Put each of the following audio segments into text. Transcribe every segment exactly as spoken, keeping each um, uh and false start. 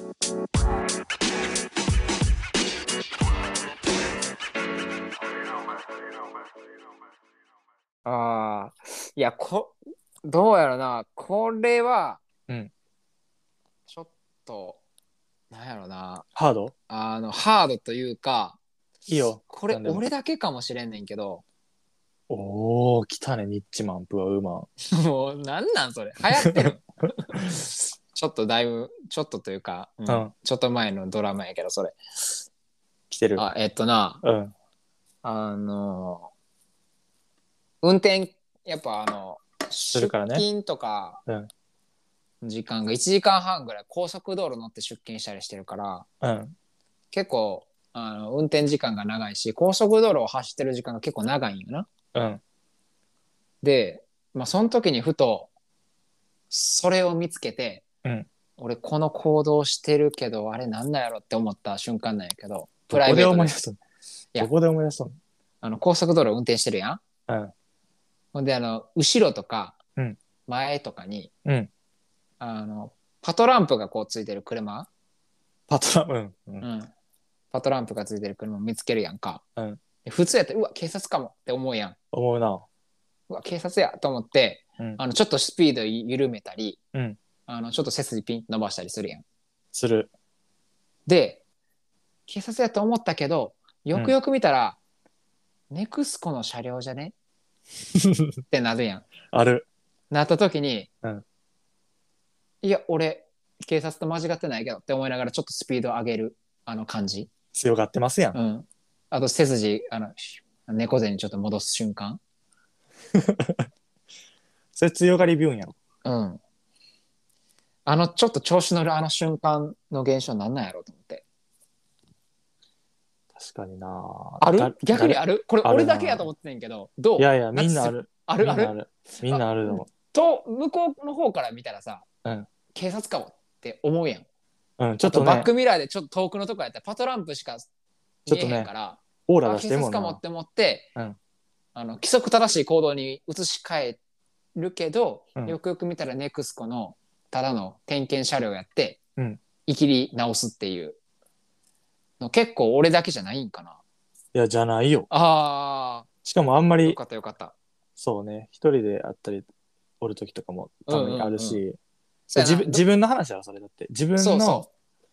ああ、いや、こ、どうやろな。これは、 うん。 ちょっと、なんやろな。 ハードあの、ハードというか、 いいよ。 これなんでも俺だけかもしれんねんけど、 おー、来たね、ニッチマン、プアウーマン。 もう、なんなんそれ。流行ってるちょっとだいぶ、ちょっとというか、うんうん。 ちょっと前のドラマやけど、それ。 来てる。 あ、えっとな、 うん。 あの、運転、やっぱあの、出するからね。 勤とか、 うん。 時間がいちじかんはんぐらい高速道路乗って出勤したりしてるから、 うん。 結構、あの、運転時間が長いし、高速道路を走ってる時間が結構長いんよな。 うん。 で、まあ、その時にふと、それを見つけて、 うん。 俺この行動してるけど、あれなんだやろって思った瞬間なんやけど、プライどこでベートです。 思い出すのいやどこで思い出すのあの、高速道路運転してるやん。 うん。 ほんで、あの、後ろとか、 うん前とかに、 うん。 あの、パトランプがこうついてる車、 パトラ、うん。うん。 うん。パトランプがついてる車見つけるやんか。 うん。 で普通やったら、うわ、警察かもって思うやん。 思うな。 うわ、警察やと思って、 うん。 あの、ちょっとスピード緩めたり、 うん。 あの、ちょっと背筋ピンと伸ばしたりするやん。 する。 で、警察やと思ったけど、よくよく見たら、うん、ネクスコの車両じゃねってなるやん。 ある。 なった時に、 うん。 いや、俺、警察と間違ってないけどって思いながらちょっとスピード上げる、あの感じ。 強がってますやん。 うん。あと背筋、あの、猫背にちょっと戻す瞬間。 それ強がりビューンやろ。 うん。あの、ちょっと調子乗るあの瞬間の現象なんなんやろうと思って。 確かにな。 あるだ逆にあるこれあるな俺だけやと思ってんけど、どういやいや、みんなある。 あるあるみんなある。みんなあるの。 と、向こうの方から見たらさ、 うん。 警察かもって思うやん。 うん、ちょっとね。 あとバックミラーでちょっと遠くのとこやったらパトランプしか見えへんから、 オーラ出してるもんな。 警察かもって思って、 うん。 あの規則正しい行動に移し替えるけど、 うんよくよく見たらネクスコのただの点検車両やって、 うん。 いきり直すっていうの結構俺だけじゃないんかな。 いや、じゃないよ。 あしかもあんまあ、より、 かったよかった。 そうね、一人であったり、おる時とかもたまにあるし、 うんうんうん、 自分自分の話はそれだって。自分の、 そうそう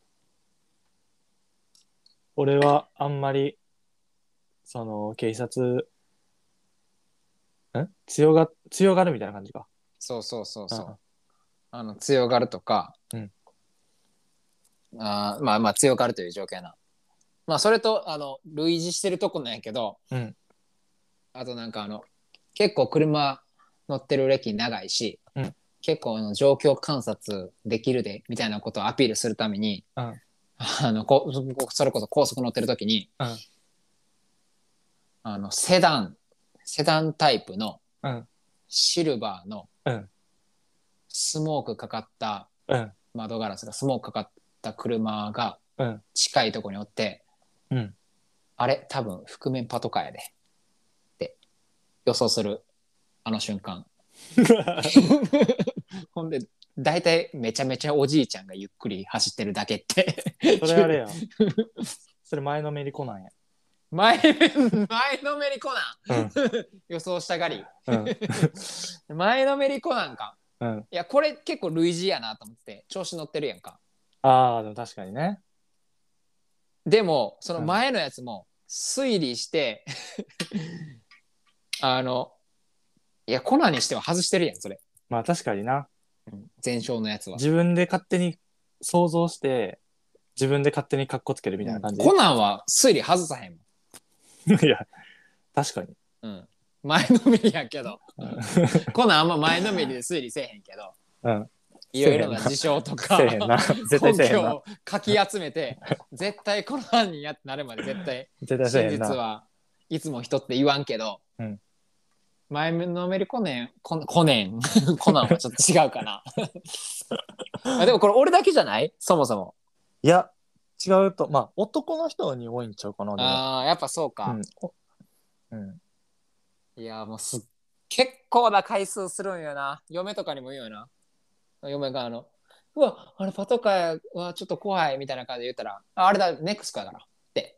俺はあんまり、その、警察、ん強が、強がるみたいな感じか。 そうそうそうそう。 うん、 あの強がるとか、 うん、 あまあまあ強がるという状況やな。まあそれとあの類似してるとこなんやけど、 うん、 あとなんかあの結構車乗ってる歴長いし、 うん、 結構あの状況観察できるでみたいなことをアピールするために、 うん、 あのこそれこそ高速乗ってる時に、 うん、 あのセダンセダンタイプのうん、 シルバーのうん、 スモークかかったうん、 窓ガラスがスモークかかった車がうん、 近いところにおって、 うん。 あれ多分覆面パトカーやでって予想するあの瞬間。ほんで大体めちゃめちゃおじいちゃんがゆっくり走ってるだけってそれあれや。それ前のめりこなんや。 前前のめりコナン、 うん、 予想したがり、 うん、 前のめりコナンか。 うん。 いやこれ結構類似やなと思って調子乗ってるやんか。 ああ、でも確かにね。 でもその前のやつも推理してあのいやコナンにしては外してるやんそれ。 まあ確かにな。 前哨のやつは。 自分で勝手に想像して、自分で勝手にカッコつけるみたいな感じ。 うん、コナンは推理外さへんもん。 いや、確かに。 うん、前のめりやけど、うん、コナンあんま前のめりで推理せえへんけど、 うん、 いろいろな事象とかせえへんな絶対せえへんな根拠をかき集めて絶対この犯人やってなるまで絶対絶対せえへんな真実はいつも人って言わんけど、 うん、 前のめりコネンココネンコナンはちょっと違うかなあでもこれ俺だけじゃないそもそも。 いや違うとまあ男の人に多いんちゃうかな。でもあーやっぱそうか、 うん、うん、 いやもうすっ結構な回数するんよな。嫁とかにも言うよな。嫁があのうわあれパトカーはちょっと怖いみたいな感じで言ったら、ああれだネクスコやからって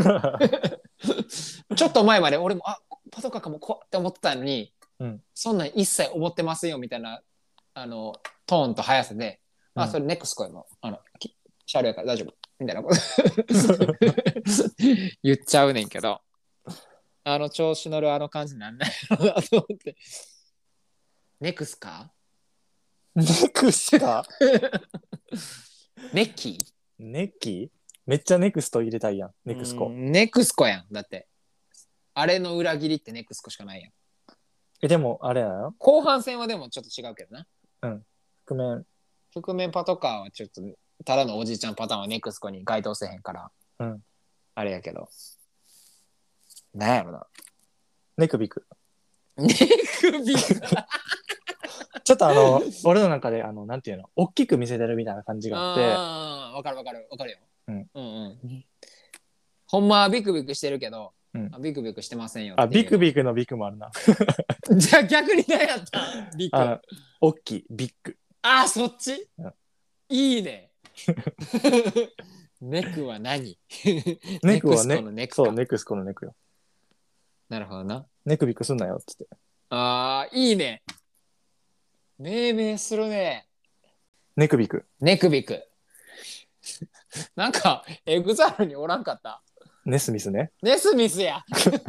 ちょっと前まで俺もあパトカーかも怖って思ってたのに、 うん、 そんなん一切思ってませんよみたいなあのトーンと速さで、うん、あそれネクスコやのあの車両やから大丈夫みたいなこと言っちゃうねんけど、あの調子乗るあの感じなんないのだと思って。ネクスカネクスカネッキーネッキーめっちゃネクスト入れたいやん。ネクスコ。 ネクスコやん。だってあれの裏切りってネクスコしかないやん。 えでもあれなの後半戦はでもちょっと違うけどな。 うん覆面覆面パトカーはちょっとただのおじいちゃんパターンはネクスコに該当せへんから、 うん、 あれやけどなんやろな。 ネクビクネクビクちょっとあの俺の中であのなんていうの大きく見せてるみたいな感じがあって、 あわかるわかるわかるよ、 うん、 うんうんほんまはビクビクしてるけど、 うん、 ビクビクしてませんよあビクビクのビクもあるなじゃあ逆に何やったビクあ大きいビッグあそっち、 うん、 いいねネクは何ネクはねネクスコのネクかそうネクスコのネクよ。 なるほどな。 ネクビクすんなよっつって。 あーいいね命名するね。 ネクビクネクビクなんかエグザイルにおらんかった。 ネスミスね。 ネスミスや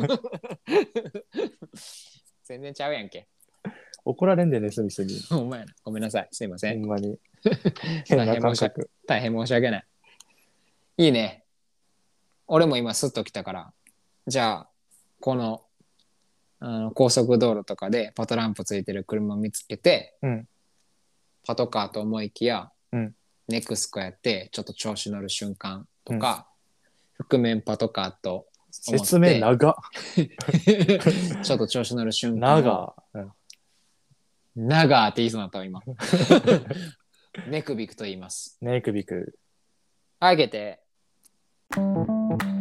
全然ちゃうやんけ。 怒られんでネスミスに。 お前ごめんなさいすいません。 ほんまに変な感覚。 大変申し訳ない。いいね。俺も今スッと来たから、じゃあこのあの高速道路とかでパトランプついてる車を見つけて、 うん、 パトカーと思いきや、 うん、 ネクスコやってちょっと調子乗る瞬間とか、うん、覆面パトカーと思って説明長ちょっと調子乗る瞬間長、うん、 長って言いそうになったわ今ネクビクと言います。 ネクビクあげて